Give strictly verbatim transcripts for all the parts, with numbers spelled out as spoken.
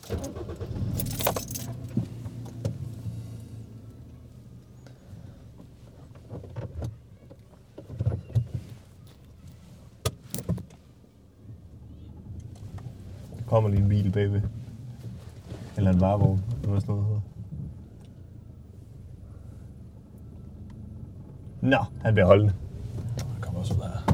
Der kommer lige en bil bagved. Eller en varevogn, eller hvad sådan noget hedder. Nå, han bliver holdende. Han kommer også ud her.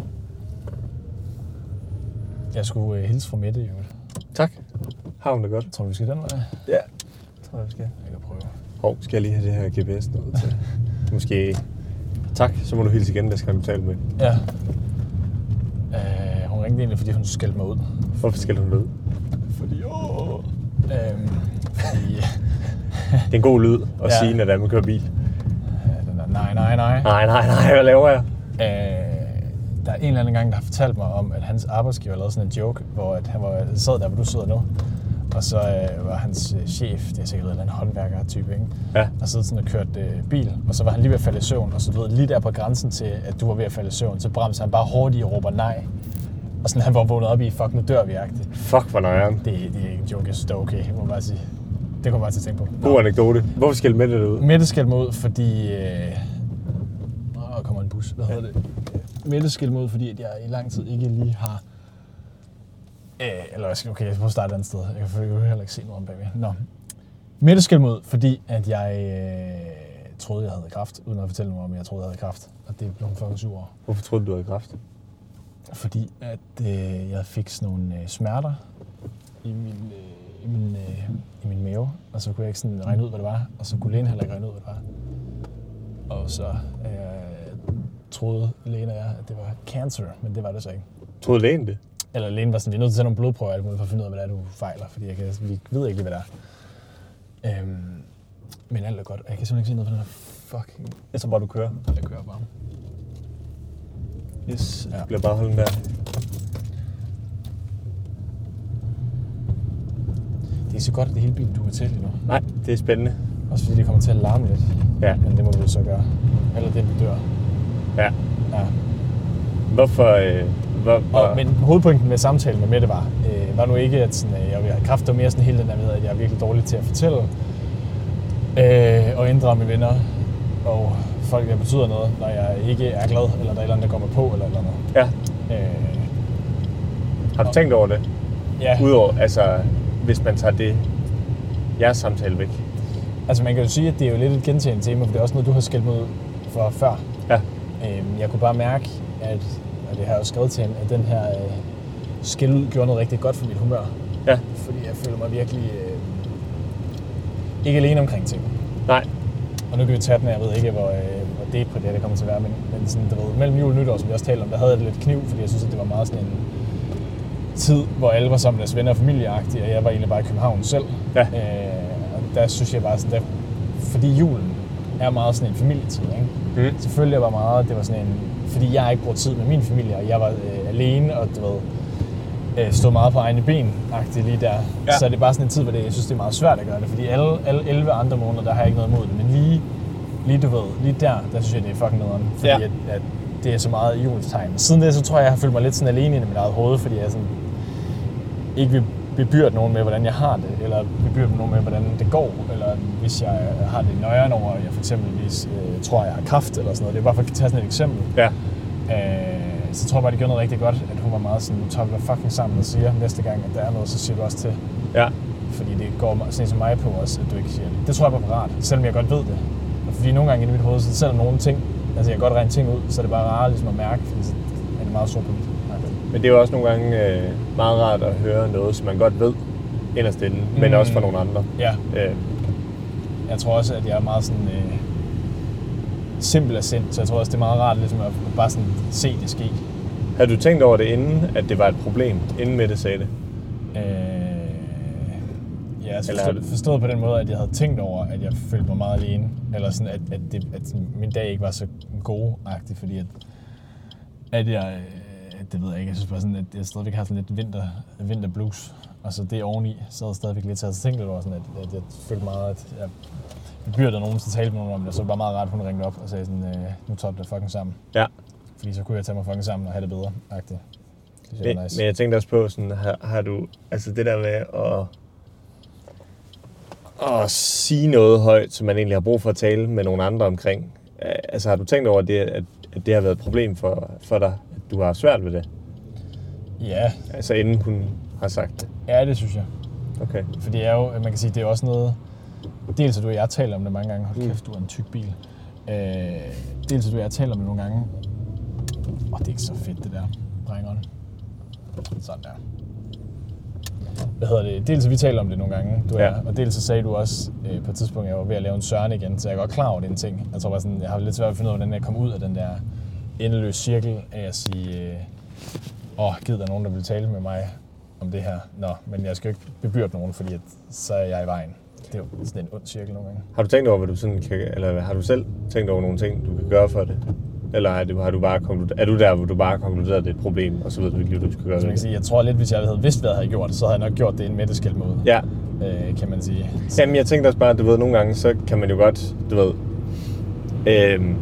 Jeg skulle uh, hilse fra Mette, jo. Tak. Har hun det godt? Tror du, vi skal den vej? Ja, tror jeg, vi skal. Jeg kan prøve. Hov, skal jeg lige have det her G P S noget til? Måske. Tak, så må du hilse igen, der skal jeg betale med. Ja. Uh, hun ringede egentlig, fordi hun skældte mig ud. Hvorfor skældte hun ud? Fordi, åh... Øhm, fordi... Det er en god lyd at ja. sige, når man kører bil. Ja, den er, nej, nej, nej. Nej, nej, nej, hvad laver jeg? Øh, der er en eller anden gang, der har fortalt mig om, at hans arbejdsgiver lavede sådan en joke, hvor at han var, sad der, hvor du sidder nu. Og så øh, var hans øh, chef, det er sikkert en eller anden håndværker-type, ikke? Ja. Og så sådan og kørt øh, bil, og så var han lige ved at falde i søvn. Og så du ved, lige der på grænsen til, at du var ved at falde i søvn, så bremser han bare hurtigt og råber nej. Og sådan han var vågnet op i, fuck, nu dør vi-agtigt. Fuck, hvor nøjeren. Det, det er ikke en joke, jeg synes, det er okay, må bare sige. Det kommer bare til at tænke på. God anekdote. Hvorfor skældte Mette det ud? Mette skældte mig ud, fordi... Øh... Åh, kommer en bus. Hvad hedder det? Mette skældte mig ud, fordi at jeg i lang tid ikke lige har... Øh, eller okay, jeg skal prøve at starte et andet sted. Jeg kan jo heller ikke se noget om bagved. Nå. Mette skældte mig ud, fordi at jeg øh, troede, jeg havde kræft, uden at fortælle mig om, at jeg troede, jeg havde kræft. Og det blev hun fucking sur over. Hvorfor troede du, du havde kræft? Fordi at øh, jeg fik sådan nogle øh, smerter i min, øh, i, min, øh, i min mave, og så kunne jeg ikke sådan regne ud, hvad det var, og så kunne lægen heller ikke regne ud, hvad det var. Og så øh, troede lægen og jeg, at det var cancer, men det var det så ikke. Troede lægen det? Eller lægen var sådan, vi er nødt til at tage nogle blodprøver alt muligt for at finde ud af, hvad det er, du fejler, fordi jeg kan, vi ved ikke lige, hvad det er. Øhm, men alt er godt, og jeg kan simpelthen ikke se noget for den her fucking... Jeg tror bare, du kører. Jeg kører bare. Yes, ja. Du bliver bare holden der. Det er så godt, at det hele bilen du er til lige nu. Nej, det er spændende. Også fordi det kommer til at larme lidt. Ja. Men det må vi jo så gøre. Eller det, vi dør. Ja. Ja. Hvorfor... Øh, hvor, hvor... Og, men hovedpointen med samtalen med Mette var, øh, var nu ikke, at sådan, øh, jeg havde kræft, det var mere sådan hele den der med, at jeg er virkelig dårlig til at fortælle øh, og inddrage mine venner og folk, der betyder noget, når jeg ikke er glad, eller der er et eller andet, der går mig på, eller eller andet. Ja. Øh, Har du og, tænkt over det? Ja. Udover, altså, hvis man tager det, jeres samtale væk. Altså, man kan jo sige, at det er jo lidt et gentagende tema, for det er også noget, du har skældt mig ud for før. Ja. Øh, jeg kunne bare mærke, at, og det har jeg jo skrevet til hende, at den her øh, skæld ud gjorde noget rigtig godt for mit humør. Ja. Fordi jeg føler mig virkelig øh, ikke alene omkring ting. Nej. Og nu kan vi tage den, jeg ved ikke, hvor, øh, hvor det på det, det kommer til at være, men, men sådan, du ved, mellem jul og nytår, som vi også talte om, der havde jeg det lidt kniv, fordi jeg synes, at det var meget sådan en tid, hvor alle var sammen med deres venner og familieagtige, og jeg var egentlig bare i København selv. Ja. Øh, og der synes jeg bare sådan, der, fordi julen er meget sådan en familietid, ikke? Mm. Selvfølgelig var meget, det var sådan en, fordi jeg ikke brugt tid med min familie, og jeg var øh, alene, og du ved, øh, stod meget på egne ben-agtigt lige der. Ja. Så det er bare sådan en tid, hvor det, jeg synes, det er meget svært at gøre det, fordi alle, alle elleve andre måneder, der har jeg ikke noget imod det, men lige, lige du ved, lige der, der synes jeg, det er fucking nederen, fordi ja. at, at det er så meget julestegn. Siden det, så tror jeg, jeg har følt mig lidt sådan alene i mit eget hoved, fordi jeg sådan ikke vil bebyrde nogen med, hvordan jeg har det, eller bebyrde nogen med, hvordan det går, eller hvis jeg har det nøjeren over, jeg for eksempelvis øh, tror, jeg har kræft, eller sådan noget. Det er bare for at tage sådan et eksempel. Ja. Øh, så tror jeg bare, det gjorde noget rigtig godt, at hun var meget sådan, tager vi fucking sammen og siger næste gang, at der er noget, så siger du også til. Ja. Fordi det går sådan som mig på også, at du ikke siger det. Det tror jeg bare er rart, selvom jeg godt ved det. Fordi nogle gange i mit hoved, så selvom nogle ting, altså jeg kan godt regne ting ud, så er det bare rart ligesom at mærke, fordi så er det meget sort på hvidt. Men det er jo også nogle gange øh, meget rart at høre noget, som man godt ved inderst inde, mm. men også fra nogle andre. Ja. Øh. Jeg tror også, at jeg er meget sådan øh, simpel af sind, så jeg tror også, det er meget rart ligesom at bare sådan se det ske. Havde du tænkt over det inden, at det var et problem, inden Mette sagde det? Øh, ja, altså forstået, forstået på den måde, at jeg havde tænkt over, at jeg følte mig meget alene, eller sådan, at, at, det, at min dag ikke var så god-agtig, fordi at, at jeg... Det ved jeg ikke. Jeg synes bare sådan, at jeg stadigvæk har sådan lidt vinter, vinterblues. Og så det oveni, så havde jeg stadigvæk lidt til at tænke lidt over sådan, at, at jeg følte meget, at jeg bebyrdede nogen, så talte med nogen om det. Så var det bare meget rart, at hun ringede op og sagde sådan, øh, nu tager det fucking sammen. Ja. Fordi så kunne jeg tage mig fucking sammen og have det bedre. Agtigt. Det men, nice. men jeg tænkte også på sådan, har, har du, altså det der med at, at sige noget højt, som man egentlig har brug for at tale med nogle andre omkring. Altså har du tænkt over, at det, at det har været et problem for, for dig, at du har svært ved det? Ja. Altså inden hun har sagt det? Ja, det synes jeg. Okay. For det er jo, man kan sige, det er også noget, dels at du og jeg taler om det mange gange. Hold kæft, du er en tyk bil. Øh, dels at du og jeg taler om det nogle gange. Åh, det er ikke så fedt det der, drengeren. Sådan der. Hvad hedder det? Dels at vi taler om det nogle gange, du og ja. jeg, og dels så sagde du også øh, på et tidspunkt, at jeg var ved at lave en Søren igen, så jeg er godt klar over den ting. Jeg tror bare sådan, jeg har lidt svært at finde ud af, hvordan jeg kommer ud af den der endeløse cirkel af at sige, øh, åh, gider der nogen, der vil tale med mig om det her? Nå, men jeg skal jo ikke bebyrde nogen, fordi at, så er jeg i vejen. Det er jo sådan en ond cirkel nogle gange. Har du tænkt over, hvad du sådan kan, eller har du selv tænkt over nogle ting, du kan gøre for det? Eller er, det, har du bare konkluderet, er du der, hvor du bare konkluderer, at det er et problem, og så ved du ikke, hvad du skal gøre altså, man kan sige, jeg tror lidt, hvis jeg havde vidst, hvad jeg havde gjort, så havde jeg nok gjort det i en Mette måde. Ja. Øh, kan man sige. Så. Jamen, jeg tænkte også bare, at du ved, nogle gange, så kan man jo godt, du ved, øhm,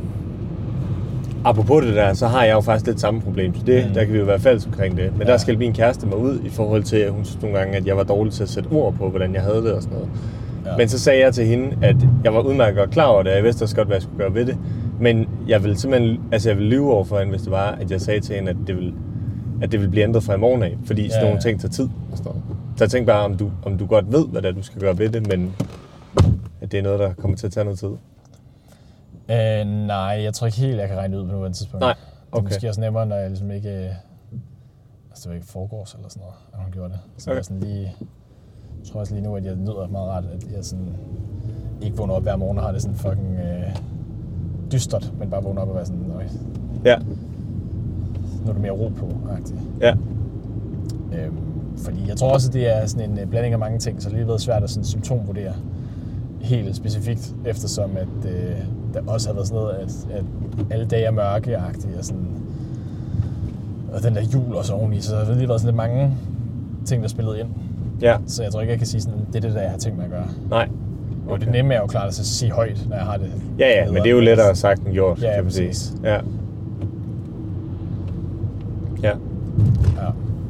apropos det der, så har jeg jo faktisk lidt samme problem, så det, mm. der kan vi jo være fælles omkring det. Men ja. Der skal min kæreste mig ud i forhold til, at hun synes nogle gange, at jeg var dårlig til at sætte ord på, hvordan jeg havde det og sådan noget. Ja. Men så sagde jeg til hende, at jeg var udmærket godt klar over det, og jeg vidste også godt, hvad jeg skulle gøre ved det. Men jeg ville simpelthen, altså jeg ville lyve over for hende, hvis det var, at jeg sagde til hende, at det ville, at det ville blive ændret fra i morgen af, fordi sådan ja, nogle ja. ting tager tid og sådan noget. Så jeg tænkte bare, om du, om du godt ved, hvad det er, du skal gøre ved det, men at det er noget, der kommer til at tage noget tid. Øh, nej, jeg tror ikke helt, jeg kan regne ud på nuværende tidspunkt. Nej, okay. Det er måske også nemmere, når jeg ligesom ikke, altså det var ikke foregårs eller sådan noget, at hun gjorde det. Så okay. jeg sådan lige, jeg tror også lige nu, at jeg nyder meget ret, at jeg sådan ikke vågner op hver morgen og har det sådan fucking øh, dystert, men bare vågner op og være sådan, nøj. Ja. Nu er det mere ro på, agtigt. Ja. Øhm, fordi jeg tror også, at det er sådan en blanding af mange ting, så det er lige været svært at sådan symptomvurdere helt specifikt, eftersom at øh, der også har været sådan noget, at, at alle dage er mørke-agtigt, og sådan, og den der jul også oveni, så der har lige været sådan lidt mange ting, der spillede ind. Ja. Så jeg tror ikke, jeg kan sige sådan, det er det, der jeg har tænkt mig at gøre. Nej. Okay. Og det nemme er jo klart at sige højt, når jeg har det. Ja, ja, men det er jo lettere sagt end gjort, ja, kan man sige. Ja. Ja. Ja.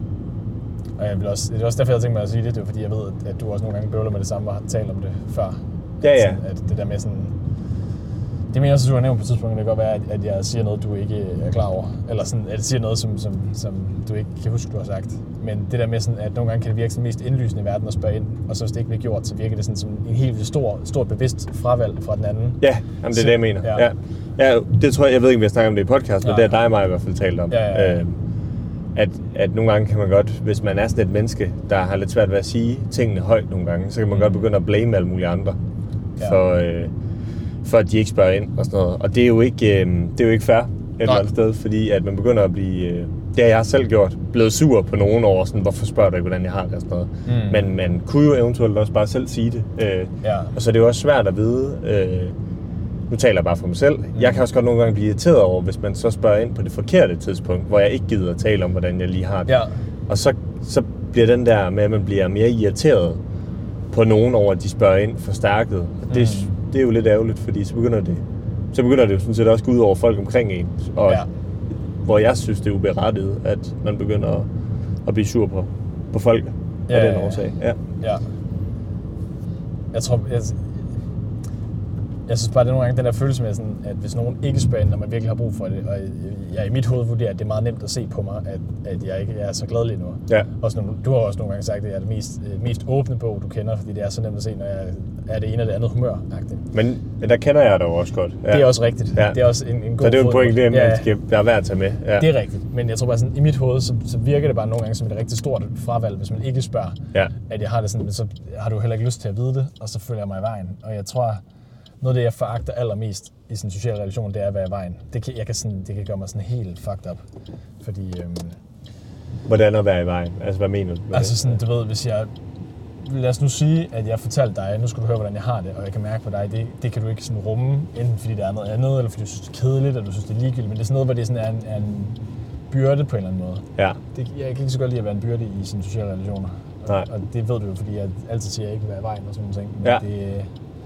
Og jeg vil også, det er også derfor, jeg har tænkt mig at sige det, det er fordi, jeg ved, at du også nogle gange bøvler med det samme og har talt om det før. Ja, ja. Sådan, at det der med sådan... Det mener også, at du har nævnt på et tidspunkt, det kan godt være, at jeg siger noget, du ikke er klar over. Eller sådan, at jeg siger noget, som, som, som du ikke kan huske, du har sagt. Men det der med, sådan, at nogle gange kan det virke som mest indlysende i verden at spørge ind, og så hvis det ikke bliver gjort, så virker det sådan som en helt stor, stort bevidst fravalg fra den anden. Ja, jamen, det er det, jeg mener. Ja. Ja. Ja, det tror jeg, jeg ved ikke, om jeg snakker om det i podcast, men ja. Det er dig og mig i hvert fald talt om. Ja, ja, ja. Øh, at, at nogle gange kan man godt, hvis man er sådan et menneske, der har lidt svært ved at sige tingene højt nogle gange, så kan man mm. godt begynde at blame alle mulige andre. Ja. For, øh, for at de ikke spørger ind og sådan noget. Og det er jo ikke, øh, det er jo ikke fair et eller andet sted, fordi at man begynder at blive, øh, det har jeg selv gjort, blevet sur på nogen over, sådan, hvorfor spørger du ikke, hvordan jeg har det og sådan noget. Mm. Men man kunne jo eventuelt også bare selv sige det. Øh, ja. Og så er det jo også svært at vide, øh, nu taler jeg bare for mig selv, mm. jeg kan også godt nogle gange blive irriteret over, hvis man så spørger ind på det forkerte tidspunkt, hvor jeg ikke gider at tale om, hvordan jeg lige har det. Ja. Og så, så bliver den der med, at man bliver mere irriteret på nogen over, at de spørger ind, forstærket. Og det, mm. det er jo lidt ærgerligt, fordi så begynder det, så begynder det jo sådan set også at gå ud over folk omkring en. Og ja. Hvor jeg synes, det er uberettiget, at man begynder at, at blive sur på, på folk ja, af den ja, årsag. Ja. Ja. Jeg tror, jeg, jeg synes bare, det er nogle gange den der følelse med, sådan, at hvis nogen ikke spørger ind, når man virkelig har brug for det, og jeg i mit hoved vurderer, at det er meget nemt at se på mig, at, at jeg ikke er så glad lige nu. Ja. Også når, du har også nogle gange sagt, at jeg er det mest, mest åbne bog, du kender, fordi det er så nemt at se, når jeg er det ene eller det andet humør. Men der kender jeg dig også godt. Ja. Det er også rigtigt. Ja. Det er også en, en god så det er jo en point, det er, ja, man skal være værd at tage med. Ja. Det er rigtigt. Men jeg tror bare sådan, i mit hoved, så, så virker det bare nogle gange som et rigtig stort fravalg, hvis man ikke spørger, ja. At jeg har det sådan, men så har du heller ikke lyst til at vide det, og så følger jeg mig i vejen. Og jeg tror, noget af det, jeg foragter allermest i sådan en social relation, det er at være i vejen. Det kan, jeg kan sådan, det kan gøre mig sådan helt fucked up. Fordi... Øhm, hvordan at være i vejen? Altså, hvad mener du? Altså sådan, du ved, hvis jeg... Lad os nu sige, at jeg fortalte dig, nu skal du høre, hvordan jeg har det, og jeg kan mærke på dig, det, det kan du ikke sådan rumme, enten fordi der er noget andet, eller fordi du synes, det er kedeligt, eller du synes, det er ligegyldigt, men det er sådan noget, hvor det sådan er en, er en byrde på en eller anden måde. Ja. Det, jeg kan ikke så godt lide at være en byrde i sine sociale relationer. Nej. Og, og det ved du jo, fordi jeg altid siger, at jeg ikke vil være i vejen og sådan nogle ting. Men ja. det...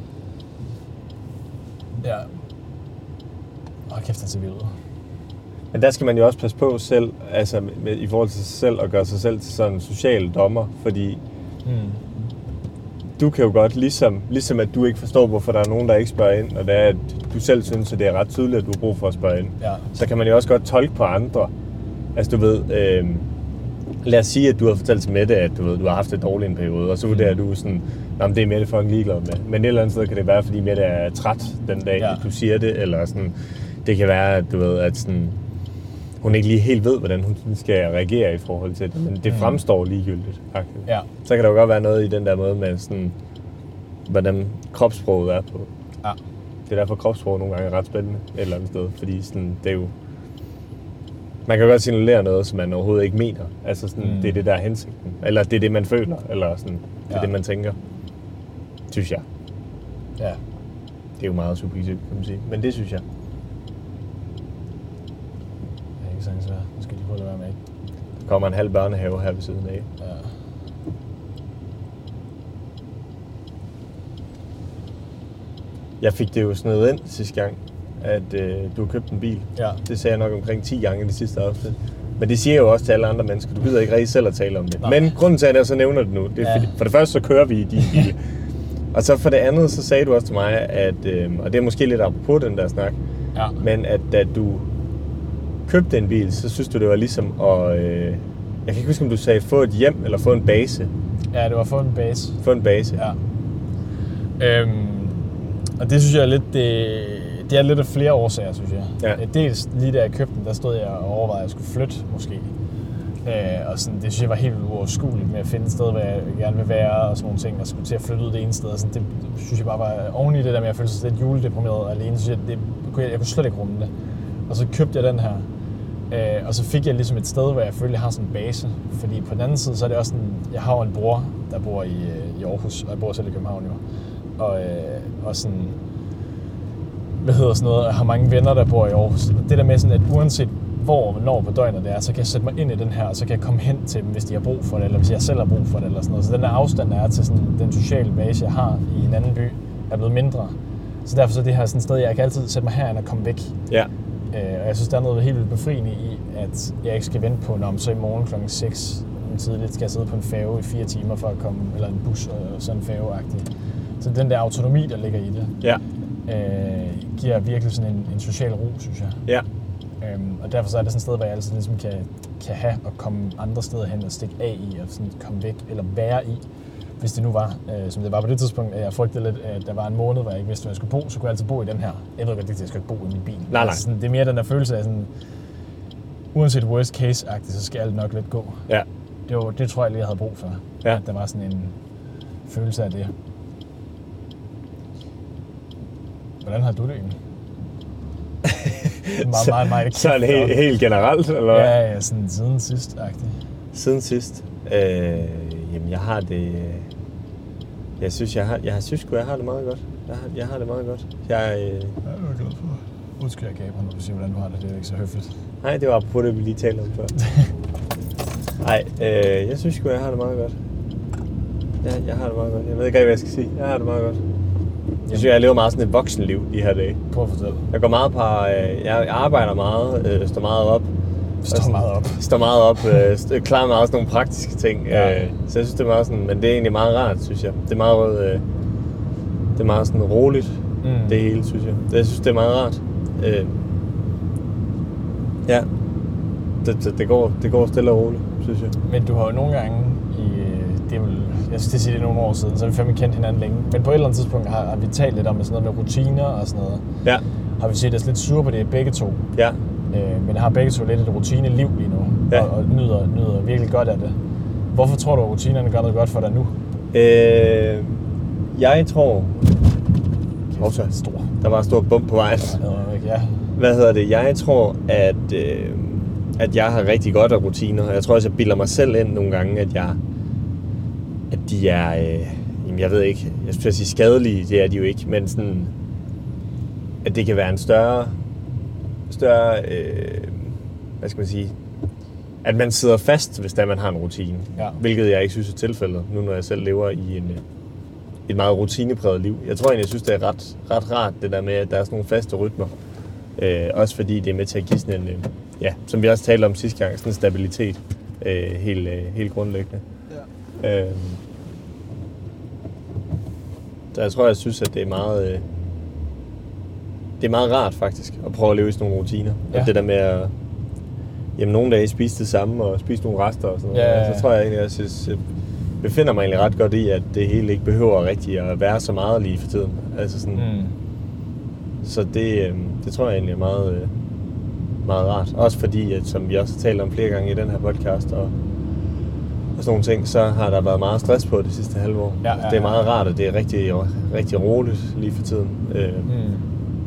Ja. Åh, kæft, den ser vild ud. Men der skal man jo også passe på selv, altså med, i forhold til sig selv, og gøre sig selv til sådan en social dommer, fordi mm. du kan jo godt, ligesom, ligesom at du ikke forstår, hvorfor der er nogen, der ikke spørger ind, og det er, at du selv synes, at det er ret tydeligt, at du har brug for at spørge ind. Ja. Så kan man jo også godt tolke på andre. Altså du ved, øh, lad os sige, at du har fortalt til Mette, at du, ved, du har haft et dårligt en periode, og så vurderer du sådan, at det er Mette fucking ligeglad med. Men et eller andet sted kan det være, fordi Mette er træt den dag, ja. du siger det, eller sådan, det kan være, at du ved, at sådan, hun ikke lige helt ved, hvordan hun skal reagere i forhold til det, men det fremstår ligegyldigt. Ja. Så kan der jo godt være noget i den der måde med sådan, hvordan kropssproget er på. Ja. Det er derfor kropssproget nogle gange er ret spændende et eller andet sted, fordi sådan, det er jo, man kan jo godt signalere noget, som man overhovedet ikke mener. Altså sådan, mm. det er det der hensigten, eller det er det man føler, eller sådan, det er ja. det man tænker, synes jeg. Ja. Det er jo meget subjektivt, kan man sige, men det synes jeg. Så nu skal de prøve at være med, ikke? Der kommer en halv børnehave her ved siden af. Ja. Jeg fik det jo snedet ind sidste gang, at øh, du har købt en bil. Ja. Det sagde jeg nok omkring ti gange i det sidste afsnit. Men det siger jeg jo også til alle andre mennesker. Du gider ikke rigtig selv at tale om det. Nej. Men grunden til, at jeg så nævner det nu, det er ja. fordi, for det første så kører vi i din bil. Og så for det andet, så sagde du også til mig, at, øh, og det er måske lidt apropos den der snak, ja. men at da du købte en bil, så synes du, det var ligesom at, øh, jeg kan ikke huske, om du sagde, få et hjem eller få en base. Ja, det var få en base. Få en base. Ja. Øhm, og det synes jeg er lidt, det, det er lidt af flere årsager, synes jeg. Ja. Dels lige da jeg købte den, der stod jeg og overvejede, at jeg skulle flytte, måske. Øh, og sådan, det synes jeg var helt uoverskueligt med at finde et sted, hvor jeg gerne vil være, og sådan nogle ting, og skulle til at flytte ud det ene sted. Og sådan, det, det synes jeg bare var oven i det der med at føle sig lidt juledeprimeret alene, synes jeg, det, jeg, jeg kunne slet ikke rumme det. Og så købte jeg den her. Øh, og så fik jeg ligesom et sted, hvor jeg følte, jeg har sådan en base. Fordi på den anden side, så er det også sådan, jeg har jo en bror, der bor i, i Aarhus, og jeg bor selv i København jo. Og, øh, og sådan, hvad hedder sådan noget, jeg har mange venner, der bor i Aarhus. Det der med sådan, at uanset hvor og hvornår på døgnet det er, så kan jeg sætte mig ind i den her, og så kan jeg komme hen til dem, hvis de har brug for det, eller hvis jeg selv har brug for det, eller sådan noget. Så den der afstand, der er til sådan, den sociale base, jeg har i en anden by, er blevet mindre. Så derfor så er det her sådan et sted, jeg kan altid sætte mig herind og komme væk. Ja. Øh, og jeg synes, der er noget helt vildt befriende i, at jeg ikke skal vente på, når så i morgen klokken seks tidligt skal jeg sidde på en færge i fire timer for at komme, eller en bus og sådan færgeagtig. Så den der autonomi, der ligger i det, ja. øh, giver virkelig sådan en, en social ro, synes jeg. Ja. Øhm, og derfor så er det sådan et sted, hvor jeg altid ligesom kan, kan have og komme andre steder hen og stikke af i, og sådan komme væk, eller være i. Hvis det nu var, øh, som det var på det tidspunkt, at jeg frygtede lidt, at der var en måned, hvor jeg ikke vidste, hvor jeg skulle bo, så kunne jeg altid bo i den her. Jeg ved godt ikke, at jeg skal ikke bo i min bil. Nej, nej. Altså sådan, det er mere den der følelse af sådan, uanset worst case-agtigt, så skal alt nok lidt gå. Ja. Det, var, det tror jeg lige, jeg havde brug for. Ja. At der var sådan en følelse af det. Hvordan har du det egentlig? meget, meget, meget sådan helt, helt generelt, eller hvad? Ja, ja, sådan siden sidst-agtigt. Siden sidst? Øh, jamen, jeg har det... Jeg synes, jeg har, jeg synes, jeg har det meget godt. Jeg har, jeg har det meget godt. Jeg, øh... jeg er glad for. Undskyld, jeg gaber, når du siger, hvordan du har det. Det er ikke så høfligt. Nej, det var på det, vi lige talte om før. Nej, øh, jeg synes, jeg har det meget godt. Jeg, jeg har det meget godt. Jeg ved ikke, hvad jeg skal sige. Jeg har det meget godt. Jeg synes, jeg lever meget sådan et voksenliv de her dage. Prøv at fortælle. Jeg går meget på... Øh, jeg arbejder meget, øh, står meget op. Står meget op. Står meget op. Øh, klarer meget også nogle praktiske ting. Ja. Øh, så jeg synes, det er meget sådan... Men det er egentlig meget rart, synes jeg. Det er meget, øh, det er meget sådan roligt, mm. det hele, synes jeg. Det, jeg synes, det er meget rart. Øh, ja. Det, det, det, går, det går stille og roligt, synes jeg. Men du har jo nogle gange i... Det er vel, jeg synes, det siger det nogle år siden, så har vi fandme kendt hinanden længe. Men på et eller andet tidspunkt har, har vi talt lidt om sådan noget med rutiner og sådan noget. Ja. Har vi set os lidt sure på det begge to. Ja. Øh, men har begge to lidt et rutineliv lige nu, ja. og, og nyder, nyder virkelig godt af det. Hvorfor tror du, at rutinerne gør noget godt for dig nu? Øh, jeg tror... Hovsa, stor. Der var en stor bump på vejen. Ja. Hvad hedder det? Jeg tror, at, øh, at jeg har rigtig godt af rutiner. Jeg tror også, jeg bilder mig selv ind nogle gange, at jeg... at de er, øh, jamen jeg ved ikke, jeg skulle sige skadelige, det er de jo ikke, men sådan, at det kan være en større, større, øh, hvad skal man sige, at man sidder fast, hvis der man har en rutine, ja. Hvilket jeg ikke synes er tilfældet, nu når jeg selv lever i en, et meget rutinepræget liv. Jeg tror egentlig, jeg synes, det er ret, ret rart, det der med, at der er sådan nogle faste rytmer, øh, også fordi det er med til at give sådan en, øh, ja, som vi også talte om sidste gang, sådan en stabilitet, øh, helt, øh, helt grundlæggende. Ja. Øh, jeg tror, jeg synes, at det er meget... Øh, det er meget rart, faktisk, at prøve at leve i sådan nogle rutiner. Ja. Og det der med at... Jamen, nogle dage spise det samme, og spise nogle rester og sådan noget. Ja, ja, ja. Så tror jeg egentlig, at jeg, synes, jeg befinder mig egentlig ret godt i, at det hele ikke behøver rigtig at være så meget lige for tiden. Altså sådan... Mm. Så det, øh, det tror jeg egentlig er meget... Øh, meget rart. Også fordi, at, som vi også har talt om flere gange i den her podcast, og, og sådan nogle ting, så har der været meget stress på det sidste halve år. Ja, ja, ja. Det er meget rart, og det er rigtig, rigtig roligt lige for tiden. Øh, mm.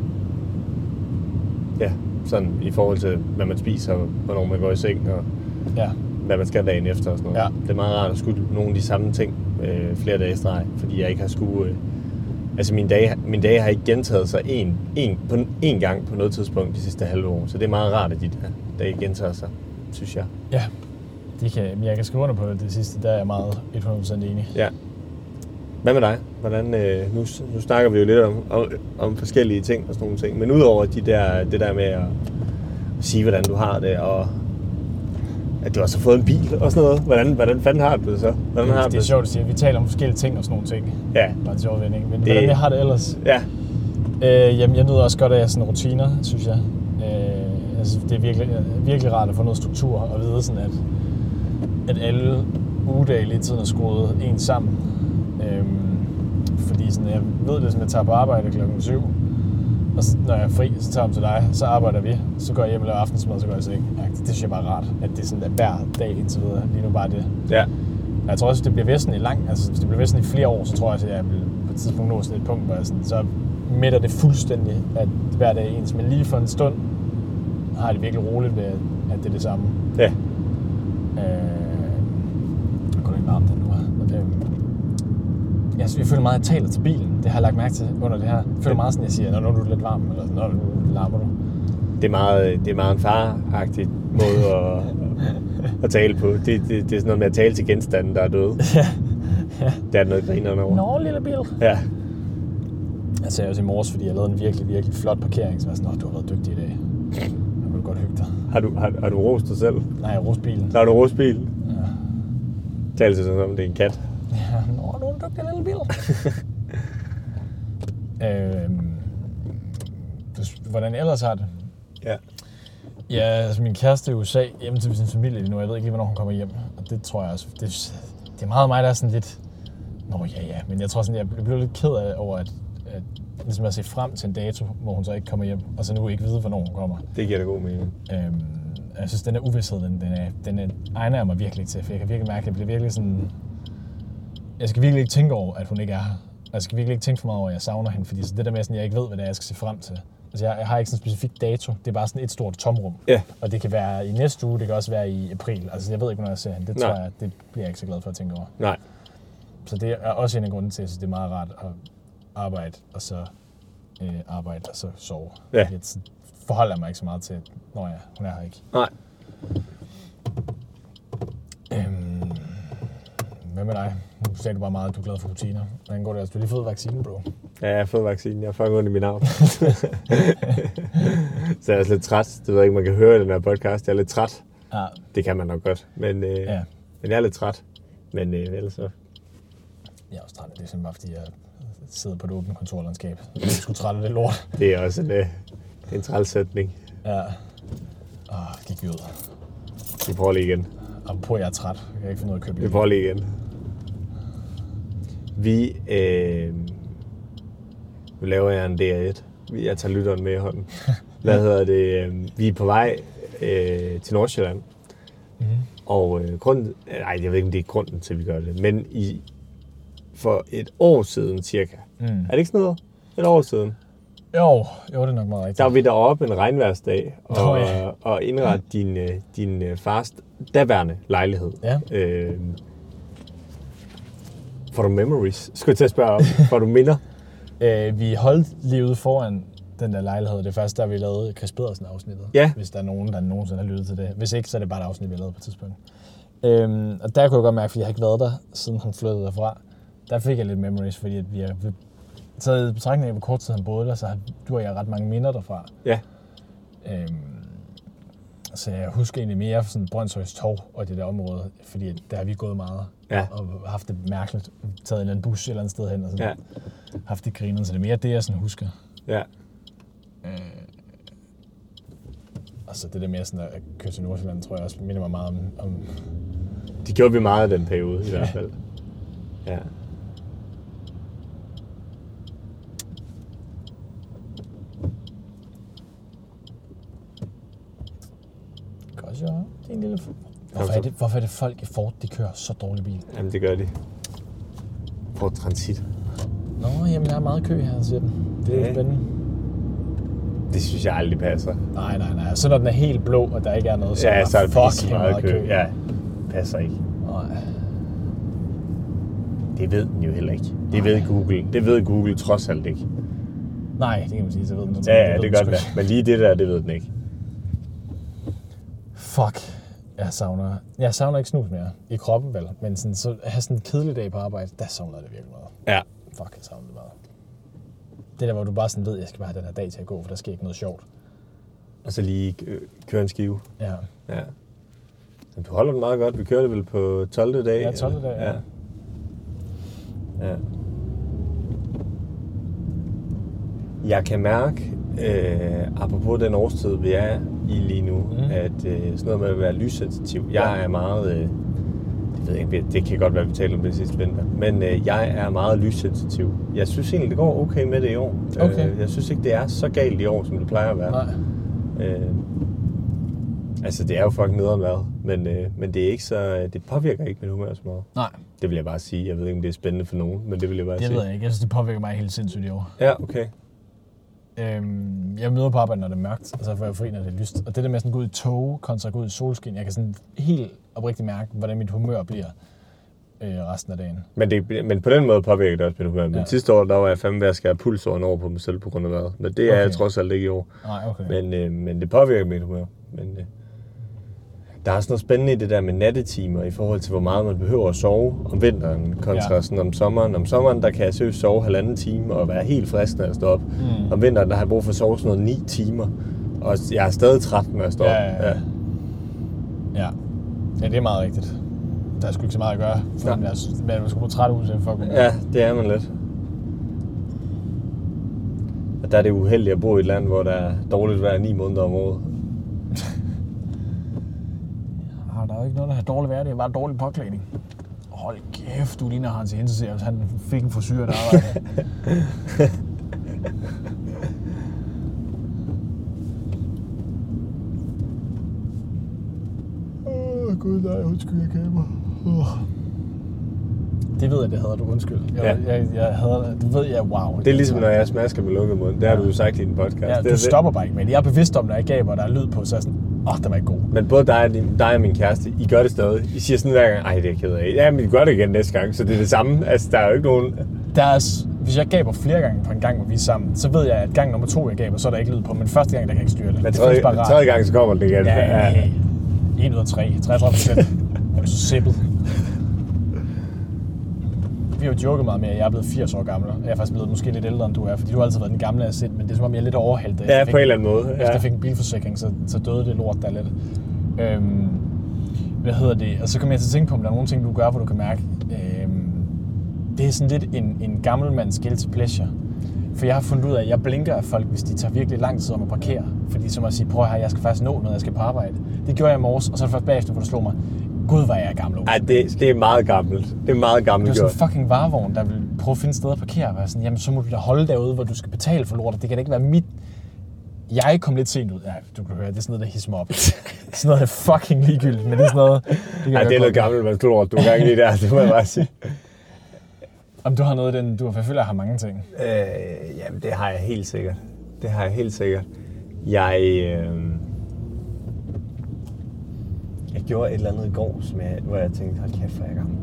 Ja, sådan i forhold til, hvad man spiser, og hvornår man går i seng, og ja. hvad man skal dagen efter og sådan noget. Ja. Det er meget rart at skulle nogle af de samme ting øh, flere dage i streg, fordi jeg ikke har skulle... Øh, Altså mine dage, mine dage har ikke gentaget sig en, en, på en gang på noget tidspunkt de sidste halve år. Så det er meget rart, at de der dage gentager sig, synes jeg. Ja, de kan, jeg kan skrive under på det, det sidste. Der er jeg meget hundrede procent enig. Ja. Hvad med dig? Hvordan, øh, nu, nu snakker vi jo lidt om, om, om forskellige ting og sådan nogle ting. Men udover de der, det der med at, at sige, hvordan du har det, og at du også har fået en bil og sådan noget. Hvordan, hvordan fanden har du det så? Hvordan det, har det er det? sjovt at sige, at vi taler om forskellige ting og sådan nogle ting. Ja. Bare en sjov vending. Men det... hvordan jeg har det ellers? Ja. Øh, jamen, jeg nyder også godt af sådan rutiner, synes jeg. Øh, altså, det er virkelig, virkelig rart at få noget struktur og vide sådan, at, at alle ugedage lige tiden er skruet en sammen. Øh, fordi sådan, jeg ved det, at jeg tager på arbejde klokken syv. Og så, når jeg er fri, så tager jeg dem til dig, så arbejder vi, så går jeg hjem og laver aftensmad, så går jeg i seng. Ja, det synes jeg bare er rart, at det er sådan, at hver dag indtil videre, lige nu bare det. Ja. Jeg tror også, at det bliver væsen i lang, altså hvis det bliver væsen i flere år, så tror jeg, at jeg vil på et tidspunkt nå sådan et punkt, hvor jeg sådan, så midter det fuldstændig, at hver dag er ens. Men lige for en stund har jeg det virkelig roligt ved, at det er det samme. Ja. Øh, jeg går ikke varmt den nu her. Jeg, jeg føler meget, at jeg taler til bilen. Det har jeg lagt mærke til under det her. Jeg føler meget sådan, at jeg siger, når nu er du lidt varm, eller når nu larmer du. Det er meget, det er meget en faragtig måde at, at tale på. Det, det, det er sådan noget med at tale til genstanden, der er døde. Ja. Ja. Det er noget grinerne over. Nå, lille bil. Ja. Jeg sagde også i morges, fordi jeg lavede en virkelig, virkelig flot parkering, så jeg var sådan, du har været dygtig i dag. Jeg vil godt hygge dig. Har du, har, har du rost dig selv? Nej, jeg rost bilen. Har du rost bilen? Ja. Tal til sådan, om det er en kat. Ja, nå, du er en dygtig lille bil. øhm, hvordan jeg ellers har det? Ja. Ja, altså min kæreste er i U S A, hjemme til sin familie lige nu. Jeg ved ikke lige, hvornår hun kommer hjem. Og det tror jeg også, det, det er meget mig, der er sådan lidt... Nå ja, ja, men jeg tror sådan, jeg bliver lidt ked af over, at, at ligesom at se frem til en dato, hvor hun så ikke kommer hjem, og så nu ikke vide, hvornår hun kommer. Det giver da god mening. Øhm, jeg synes, den der uvidshed, den, den, er, den er, egner jeg mig virkelig ikke til, for jeg kan virkelig mærke, at jeg bliver virkelig sådan... Jeg skal virkelig ikke tænke over, at hun ikke er her. Jeg skal virkelig ikke tænke for meget over, at jeg savner hende, fordi så det der med, at jeg ikke ved, hvad det er, jeg skal se frem til. Altså, jeg, jeg har ikke sådan en specifik dato. Det er bare sådan et stort tomrum. Ja. Og det kan være i næste uge, det kan også være i april. Altså, jeg ved ikke, hvornår jeg ser hende. Det Nej. tror jeg, det bliver jeg ikke så glad for at tænke over. Nej. Så det er også en af grunden til, at jeg synes, det er meget rart at arbejde, og så øh, arbejde, og så sove. Ja. Jeg forholder mig ikke så meget til, når jeg, hun er her ikke. Nej. Øhm, hvad med dig? Nu sagde du bare meget, at du er glad for rutiner. Hvordan går det? Altså, du har lige fået vaccinen, bro. Ja, jeg har fået vaccinen. Jeg har fucking ondt i min arm. Så jeg er også lidt træt. Det ved jeg ikke, man kan høre i den her podcast. Jeg er lidt træt. Ja. Det kan man nok godt. Men, øh, ja. men jeg er lidt træt. Men øh, ellers så... Jeg er også træt. Det er simpelthen bare, fordi jeg sidder på et åbent kontorlandskab. Jeg er sgu træt af det lort. Det er også en, øh, en trælsætning. Ja. Åh, gik vi ud. Vi prøver lige igen. Og på, jeg er træt. Jeg kan ikke finde noget at købe. Vi prøver lige igen. Vi... Øh, nu laver jeg en D R et. Jeg tager lytteren med i hånden. Hvad hedder det? Vi er på vej øh, til Nordsjælland. Mm-hmm. Og øh, grunden... Nej, jeg ved ikke, om det er grunden til, at vi gør det. Men i, for et år siden cirka. Mm. Er det ikke sådan noget? Et år siden? Jo, jo, det er nok meget rigtigt. Der var vi deroppe en regnværsdag og, oh, ja. og indrette ja. din, din fars daværende lejlighed. Ja. Øh, får du memories? Skal jeg til at spørge om. Får du minder? Øh, vi holdt lige ude foran den der lejlighed. Det er først, der vi lavede Chris Pedersen-afsnittet. Ja. Hvis der er nogen, der nogensinde har lyttet til det. Hvis ikke, så er det bare et afsnit, vi lavede på et tidspunkt. Øhm, og der kunne jeg godt mærke, fordi jeg har ikke været der, siden han flyttede derfra. Der fik jeg lidt memories, fordi at vi har taget i betragtning af, hvor kort tid han boede der, så har du og jeg ret mange minder derfra. Ja. Øhm, Så jeg husker egentlig mere sådan Brøndshøjs Torv og det der område, fordi der har vi gået meget. Ja. Og haft det mærkeligt. Taget en eller anden bus et eller andet sted hen og sådan. Ja. Haft det griner, så det er mere det, jeg sådan husker. Ja. Øh, og så det der mere sådan at køre til Nordsjælland, tror jeg også minder mig meget om... om Det gjorde vi meget i den periode, i hvert fald. Ja. Godt, ja. Det er en lille... Hvorfor er det, hvorfor er det folk i Ford, de kører så dårlig bil? Jamen, det gør de. Ford Transit. Nå, jamen, der er meget kø her, siger den. Det er ja. jo spændende. Det synes jeg aldrig passer. Nej, nej, nej. Så når den er helt blå, og der ikke er noget, så ja, er så er det fucking meget, meget kø. kø. Ja, passer ikke. Nej. Det ved den jo heller ikke. Det ved Google. Det ved Google trods alt ikke. Nej, det kan man sige, så ved den. Ja, ja, det, det gør den da. Men lige det der, det ved den ikke. Fuck. Jeg savner, jeg savner ikke snus mere i kroppen, vel? Men sådan, så at have sådan en kedelig dag på arbejde, der savner jeg det virkelig meget. Ja. Fuck, jeg savner det meget. Det der, hvor du bare sådan ved, at jeg skal bare have den her dag til at gå, for der sker ikke noget sjovt. Og så lige køre en skive. Ja. Ja. Så du holder den meget godt. Vi kører det vel på tolvte dag? Ja, tolvte dag, ja. ja. Ja. Jeg kan mærke, øh, apropos den årstid, vi er i lige nu, mm. at øh, sådan noget med at være lyssensitiv. Jeg ja. er meget, øh, det ved jeg ikke, det kan godt være, vi talte om det sidste vinter, men øh, jeg er meget lyssensitiv. Jeg synes egentlig, det går okay med det i år. Okay. Øh, jeg synes ikke, det er så galt i år, som det plejer at være. Nej. Øh, altså, det er jo fucking nederen mad, men, øh, men det er ikke så, det påvirker ikke mit humør så meget. Nej. Det vil jeg bare sige. Jeg ved ikke, om det er spændende for nogen, men det vil jeg bare det sige. Det ved jeg ikke. Jeg synes, det påvirker mig helt sindssygt i år. Ja, okay. Øhm, jeg møder på arbejde, når det er mørkt, og så får jeg fri, når det er lyst. Og det der med at gå ud i tog kontra gå ud i solskin, jeg kan sådan helt oprigtigt mærke, hvordan mit humør bliver øh, resten af dagen. Men, det, men på den måde påvirker det også mit humør. Men ja. sidste år, der var jeg fandme ved at skære pulsåren over på mig selv på grund af vejret. Men det er okay. jeg trods alt ikke i år. Nej, okay. Men, øh, men det påvirker mit humør. Men, øh, der er også noget spændende i det der med nattetimer i forhold til, hvor meget man behøver at sove om vinteren kontra ja. sådan om sommeren. Om sommeren, der kan jeg seriøst sove halvanden time og være helt frisk, når jeg står op. Mm. Om vinteren, der har jeg brug for at sove sådan noget ni timer. Og jeg er stadig træt, når jeg står op. Ja, ja, ja. ja. ja, det er meget rigtigt. Der er sgu ikke så meget at gøre, for ja. man, er, man skal bruge træt ud til for at kunne. Ja, det er man lidt. Og der er det uheldigt at bo i et land, hvor der er dårligt vejr ni måneder om året. Der er jo ikke noget, der har dårlig vejr, det er bare dårlig påklædning. Hold kæft, du ligner Hans Hense, hvis han fik en frisyr, der arbejde. Åh, oh, gud nej, undskyld, jeg kæmper. Oh. Det ved jeg, det hader du, undskyld. Jeg, ja. jeg, jeg hader det, ved jeg, wow. Det er ligesom, når jeg smasker med lukket mund. Det har ja. du jo sagt i din podcast. Ja, det du stopper bare ikke med det. Jeg er bevidst om, når jeg gaber, og der er lyd på, så er jeg sådan, åh, oh, det var ikke god. Men både dig og, din, dig og min kæreste, I gør det stadig. I siger sådan hver gang, ej, det er jeg ked af. Ja, men I gør det igen næste gang, så det er det samme. Altså, der er jo ikke nogen... Der er, hvis jeg gaber flere gange på en gang, hvor vi er sammen, så ved jeg, at gang nummer to, jeg gaber, så er der ikke lyd på. Men første gang, der kan jeg ikke styre det. Men tredje, tredje gang, så kommer det igen. Ja, ja. En ud af tre. treogtredive procent. Det er så sippet. Vi har jo joket meget med, at jeg er blevet firs år gammel. Jeg er faktisk blevet måske lidt ældre, end du er, fordi du har altid været den gamle, jeg har set, men det er som om, jeg er lidt overhældt. Ja, på en eller anden måde. Efter ja. jeg fik en bilforsikring, så, så døde det lort der lidt. Øhm, hvad hedder det? Og så kommer jeg til at tænke på, om der er nogle ting, du gør, hvor du kan mærke, øhm, det er sådan lidt en, en gammelmands guilty pleasure. For jeg har fundet ud af, at jeg blinker af folk, hvis de tager virkelig lang tid om at parkere. Fordi som at sige, prøv her, jeg skal faktisk nå noget, jeg skal på arbejde. Det gjorde jeg i morges, og så er det først bagefter, hvor det slog mig. Gud, hvor jeg er gammel. Ej, det, det er meget gammelt. Det er meget gammelt gjort. Det er sådan en fucking varevogn, der vil prøve at finde sted at parkere. Og sådan, jamen, så må du da holde derude, hvor du skal betale for lortet. Det kan da ikke være mit... Jeg kom lidt sent ud. Ja, du kan høre, det er sådan noget, der hisser mig op. Sådan noget, der er fucking ligegyldigt, men det er sådan noget... Det Ej, det er noget gammelt, man tror, du er gang lige der. Det må jeg bare sige. Om du har noget af den... Du har selvfølgelig har mange ting. Øh, jamen, det har jeg helt sikkert. Det har jeg helt sikkert. Jeg... Øh... Jeg gjorde et eller andet i går, som jeg, hvor jeg tænkte, hold kæft, hvor er jeg gammel.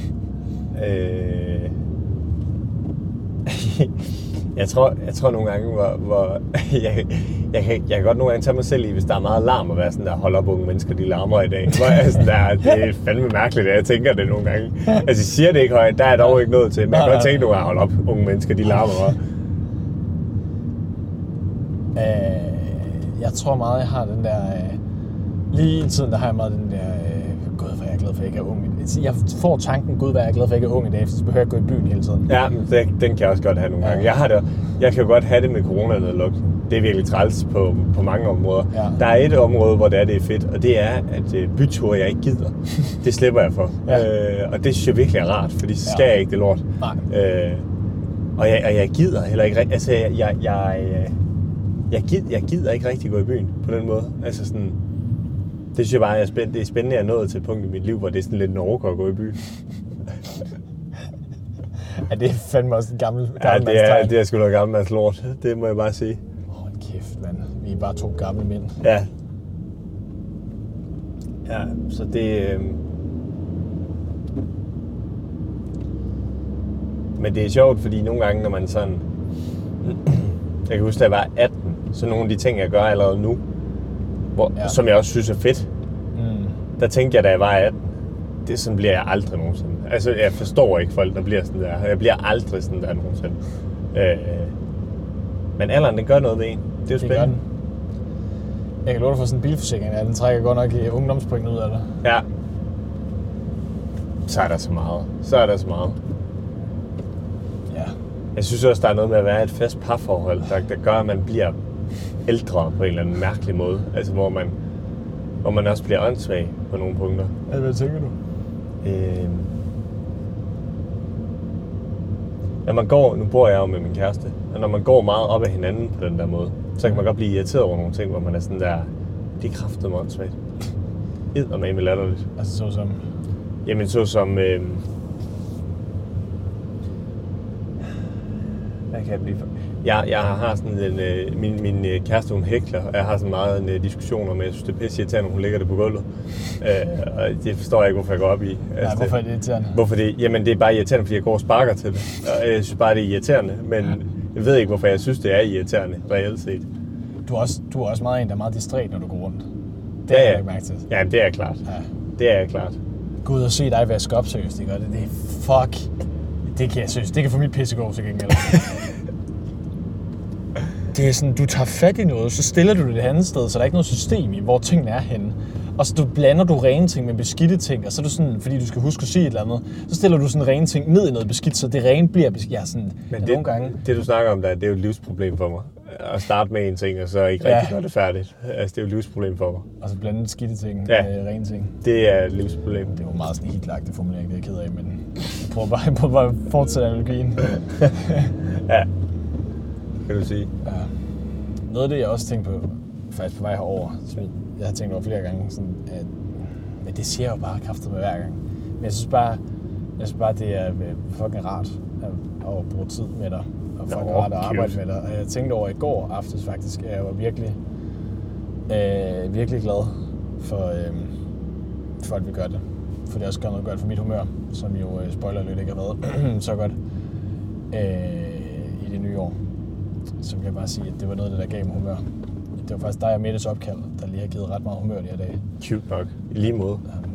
øh... jeg, tror, jeg tror nogle gange, hvor, hvor jeg, jeg, kan, jeg kan godt nogle gange tage mig selv i, hvis der er meget larm, og være sådan der, hold op unge mennesker, de larmer i dag. Hvor jeg sådan der, det er fandme mærkeligt, at jeg tænker det nogle gange. Altså, jeg siger det ikke højt, der er dog ikke noget til, men jeg kan godt tænke nogle gange, hold op unge mennesker, de larmer. Øh, jeg tror meget, jeg har den der... Øh... lige i tiden, der har jeg meget den der, øh, gud, hvor jeg er glad for, at jeg ikke er ung. Jeg får tanken, gud, hvor jeg er glad for, at jeg ikke er ung i dag, så behøver jeg ikke gå i byen hele tiden. Ja, det, den kan jeg også godt have nogle gange. Ja. Jeg, har det, jeg kan jo godt have det med coronanedlukning. Det er virkelig træls på, på mange områder. Ja. Der er et område, hvor det er, det er fedt, og det er, at øh, byture, jeg ikke gider, det slipper jeg for. Ja. Øh, og det synes jeg virkelig er rart, fordi så skal ja. jeg ikke det lort. Nej. Øh, og, jeg, og jeg gider heller ikke rigtig, altså jeg, jeg, jeg, jeg, gider, jeg gider ikke rigtig gå i byen på den måde. Altså sådan, det synes jeg bare, er spændende, det er spændende, at jeg er nået til et punkt i mit liv, hvor det er sådan lidt en orker at gå i byen. Ja, det er fandme også en gammel, gammel ja, det er, det er sgu noget gammelmands lort. Det må jeg bare sige. Hold kæft, mand. Vi er bare to gamle mænd. Ja. Ja, så det... Øh... Men det er sjovt, fordi nogle gange, når man sådan... Jeg kan huske, da jeg var atten, så nogle af de ting, jeg gør allerede nu, hvor, ja. som jeg også synes er fedt, mm. der tænkte jeg, da jeg var atten, det sådan bliver jeg aldrig nogensinde. Altså, jeg forstår ikke folk, der bliver sådan der. Jeg bliver aldrig sådan der nogensinde. Øh, men alderen, den gør noget ved en. Det er jo spændende. Jeg kan love dig for sådan en bilforsikring, ja, den trækker godt nok i ungdomspoint ud af det. Ja. Så er der så meget. Så er der så meget. Ja. Jeg synes også, der er noget med at være et fast parforhold, der, der gør, at man bliver ældre på en eller anden mærkelig måde. Altså, hvor man, hvor man også bliver åndssvag på nogle punkter. Ja, hvad tænker du? Øh, når man går, nu bor jeg jo med min kæreste, og når man går meget op ad hinanden på den der måde, så kan man godt blive irriteret over nogle ting, hvor man er sådan der, det er kraftedeme åndssvagt. Eddermame latterligt. Altså så som? Jamen så som, øh, hvad kan jeg blive for? Jeg, jeg har sådan en, øh, min, min kæreste, hun hækler, og jeg har sådan meget en øh, diskussion om, jeg synes, det er pisse irriterende, hun lægger det på gulvet. Øh, og det forstår jeg ikke, hvorfor jeg går op i. Nej, altså, hvorfor er det irriterende? Hvorfor det? Jamen, det er bare irriterende, fordi jeg går og sparker til det. Og jeg synes bare, det er irriterende, men jeg ved ikke, hvorfor jeg synes, det er irriterende, reelt set. Du er også, du er også meget en, der er meget distræt, når du går rundt. Det ja, har ja. jeg ikke mærket til. Ja, det er klart. Ja. Det er klart. Gå ud og se dig vaske op, seriøst, det gør det. Det er fuck. Det kan jeg synes. Det kan få mit pissegård til gengæld. Det er sådan, du tager fat i noget, så stiller du det et andet sted, så der er ikke noget system i, hvor tingene er henne. Og så du blander du rene ting med beskidte ting, og så er du sådan, fordi du skal huske at sige et eller andet, så stiller du sådan rene ting ned i noget beskidt, så det rene bliver beskidt. Ja, sådan, men det, nogle gange. Det du snakker om der, det er jo et livsproblem for mig. At starte med en ting, og så ikke ja. rigtig gøre det færdigt. Altså, det er jo et livsproblem for mig. Og så blande beskidte ting ja. med rene ting. Det er et livsproblem. Det var meget sådan en hitlagtig formulering, det er jeg ked af, men jeg prøver bare, jeg prøver bare at fortsætte analogien. Ja, kan du sige. Ja. Noget af det, jeg også tænkte på, faktisk på vej herover, som jeg har tænkt over flere gange, sådan, at, at det siger jo bare kraftigt med hver gang. Men jeg synes bare, jeg synes bare det er fucking rart at, at bruge tid med dig, og fucking rart at arbejde med dig. Og jeg tænkte over i går aftes faktisk, at jeg var virkelig, øh, virkelig glad for, øh, for, at vi gør det. For det er også gør noget godt for mit humør, som jo, øh, spoiler lidt, ikke har været så godt øh, i det nye år. Så kan jeg bare sige, at det var noget af det, der gav mig humør. Det var faktisk dig og Mettes opkald, der lige har givet ret meget humør de her dage. Cute nok. I lige måde. Ja.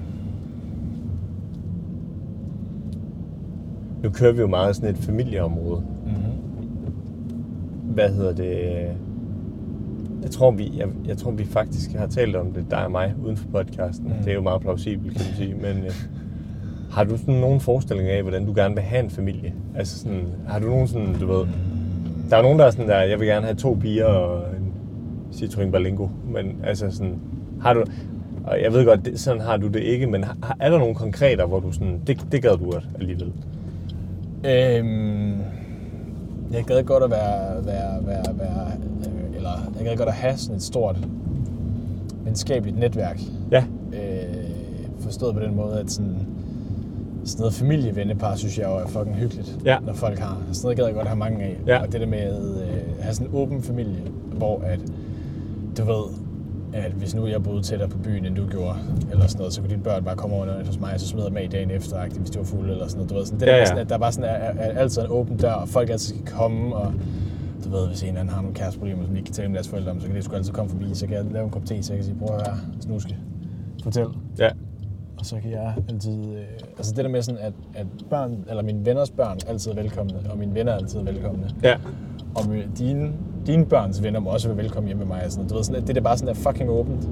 Nu kører vi jo meget sådan et familieområde. Mm-hmm. Hvad hedder det? Jeg tror, vi, jeg, jeg tror, vi faktisk har talt om det, dig og mig, uden for podcasten. Mm. Det er jo meget plausibelt, kan man sige. Men øh, har du sådan nogen forestilling af, hvordan du gerne vil have en familie? Altså sådan, har du nogen sådan, du ved... Der er nogen, der er sådan der, jeg vil gerne have to piger og en Citroën Berlingo, men altså sådan, har du, og jeg ved godt, det, sådan har du det ikke, men har, er der nogle konkreter, hvor du sådan, det, det gad du godt alligevel? Øhm, jeg gad godt at være, være, være, være øh, eller jeg gad godt at have sådan et stort venskabeligt netværk. Ja. Øh, forstået på den måde, at sådan, sådan noget familievennepar, synes jeg jo er fucking hyggeligt, ja. Når folk har. Sådan noget gad jeg godt have mange af. Ja. Og det der med at øh, have sådan en åben familie, hvor at, du ved, at hvis nu jeg boede tættere på byen, end du gjorde, eller sådan noget, så kunne dine børn bare komme over hos mig, og så smider med i dagen efter, hvis de var fulde, eller sådan noget. Du ved, sådan, det ja, der, ja. Sådan, at der bare sådan er, er, er altid en åben dør, og folk altid skal komme, og du ved, hvis en eller anden har nogle kæresteproblemer, som de ikke kan tale med deres forældre om, så kan de sgu altid komme forbi, så kan jeg lave en kop te, så jeg kan sige, prøv at høre, snuske, fortæl. Ja. Og så kan jeg altid, øh, altså det der med sådan, at, at børn, eller mine venners børn altid er velkomne, og mine venner er altid velkomne. Ja. Og dine, dine børns venner må også være velkomne hjemme med mig. Sådan, du ved, sådan, det er bare sådan der fucking åbent. Ja.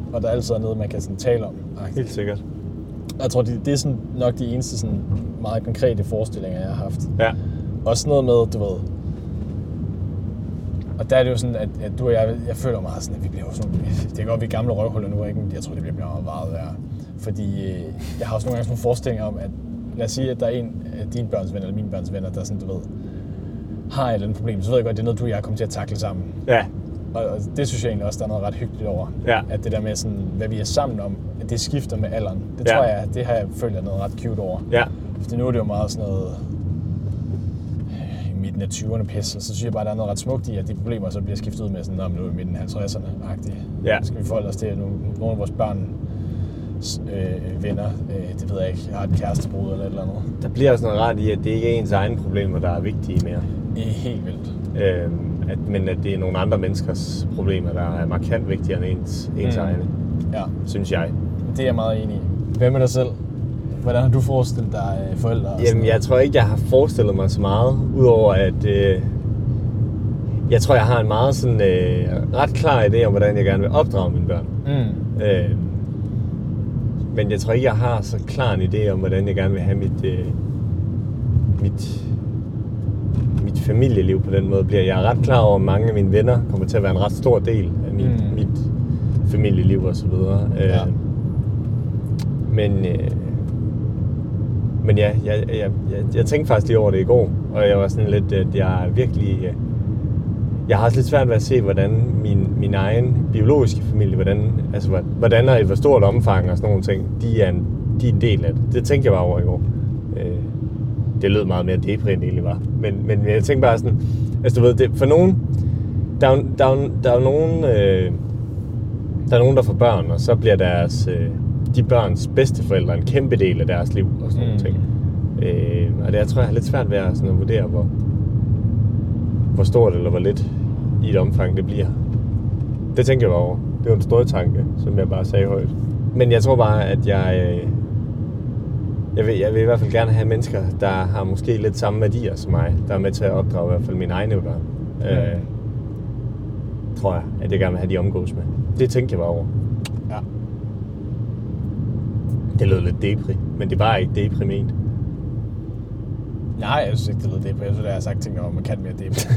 og der altid er noget, man kan sådan tale om. Helt sikkert. Jeg tror, det, det er sådan nok de eneste sådan meget konkrete forestillinger, jeg har haft. Ja. Også noget med, du ved... Og der er det jo sådan, at, at du og jeg, jeg føler meget sådan, at vi bliver sådan... Det er godt, vi er gamle røvhuller nu, ikke? Men jeg tror, det bliver meget meget værre. Fordi øh, jeg har også nogle gange sådan nogle forestillinger om, at lad os sige, at der er en af dine børns venner, eller mine børns venner, der sådan, du ved, har et eller andet problem. Så ved jeg godt, det er noget, du og jeg kommer til at takle sammen. Ja. Og, og det synes jeg egentlig også, der er noget ret hyggeligt over. Ja. At det der med, sådan, hvad vi er sammen om, at det skifter med alderen. Det ja. tror jeg, det har jeg følt er noget ret cute over. Ja. Fordi nu er det jo meget sådan noget i midten af tyverne pis, og så synes jeg bare, der er noget ret smukt i, at de problemer så bliver skiftet ud med sådan, om nu er i midten af halvtredserne-agtigt. Ja. Skal vi forholde os til, at nogle af vores børn øh, venner, øh, det ved jeg ikke, har et kærestebrud eller et eller andet. Der bliver også noget rart i, at det ikke er ens egne problemer, der er vigtige mere. Det er helt vildt. Øhm, at, men at det er nogle andre menneskers problemer, der er markant vigtigere end ens, ens mm. egne. Ja. Synes jeg. Det er jeg meget enig i. Hvad med dig selv? Hvordan har du forestillet dig forældre? Jamen, jeg tror ikke, jeg har forestillet mig så meget, udover at øh, jeg tror, jeg har en meget sådan øh, ret klar idé om, hvordan jeg gerne vil opdrage mine børn. Mm. Øh, men jeg tror ikke, jeg har så klar en idé om, hvordan jeg gerne vil have mit øh, mit mit familieliv på den måde bliver. Jeg er ret klar over, at mange af mine venner kommer til at være en ret stor del af mit, mm. mit familieliv og så videre. Ja. Øh, men øh, Men ja, jeg, jeg, jeg, jeg tænkte faktisk lige over det i går, og jeg var sådan lidt, at jeg virkelig... Jeg har også lidt svært ved at se, hvordan min, min egen biologiske familie, hvordan, altså, hvordan er i hvor stort omfang og sådan nogle ting, de er en, de er en del af det. Det tænkte jeg bare over i går. Det lød meget mere deprimeret, end det egentlig var. Men, men jeg tænkte bare sådan, altså du ved, det, for nogen, der er jo, der er jo, der er jo nogen, øh, der er nogen, der får børn, og så bliver deres... Øh, de børns bedsteforældre en kæmpe del af deres liv og sådan mm. nogle ting. Øh, og det jeg tror jeg har lidt svært ved at, sådan at vurdere, hvor, hvor stort eller hvor lidt i et omfang det bliver. Det tænker jeg bare over. Det var en stor tanke, som jeg bare sagde højt. Men jeg tror bare, at jeg, øh, jeg, vil, jeg vil i hvert fald gerne have mennesker, der har måske lidt samme værdier som mig, der er med til at opdrage i hvert fald mine egne børn. Mm. Øh, tror jeg, at jeg gerne vil have de omgås med. Det tænker jeg bare over. Ja. Det lød lidt depri, men det var ikke deprimeret. Nej, jeg synes ikke, det lød depri. Jeg synes, at jeg har sagt ting om, at man kan mere depri.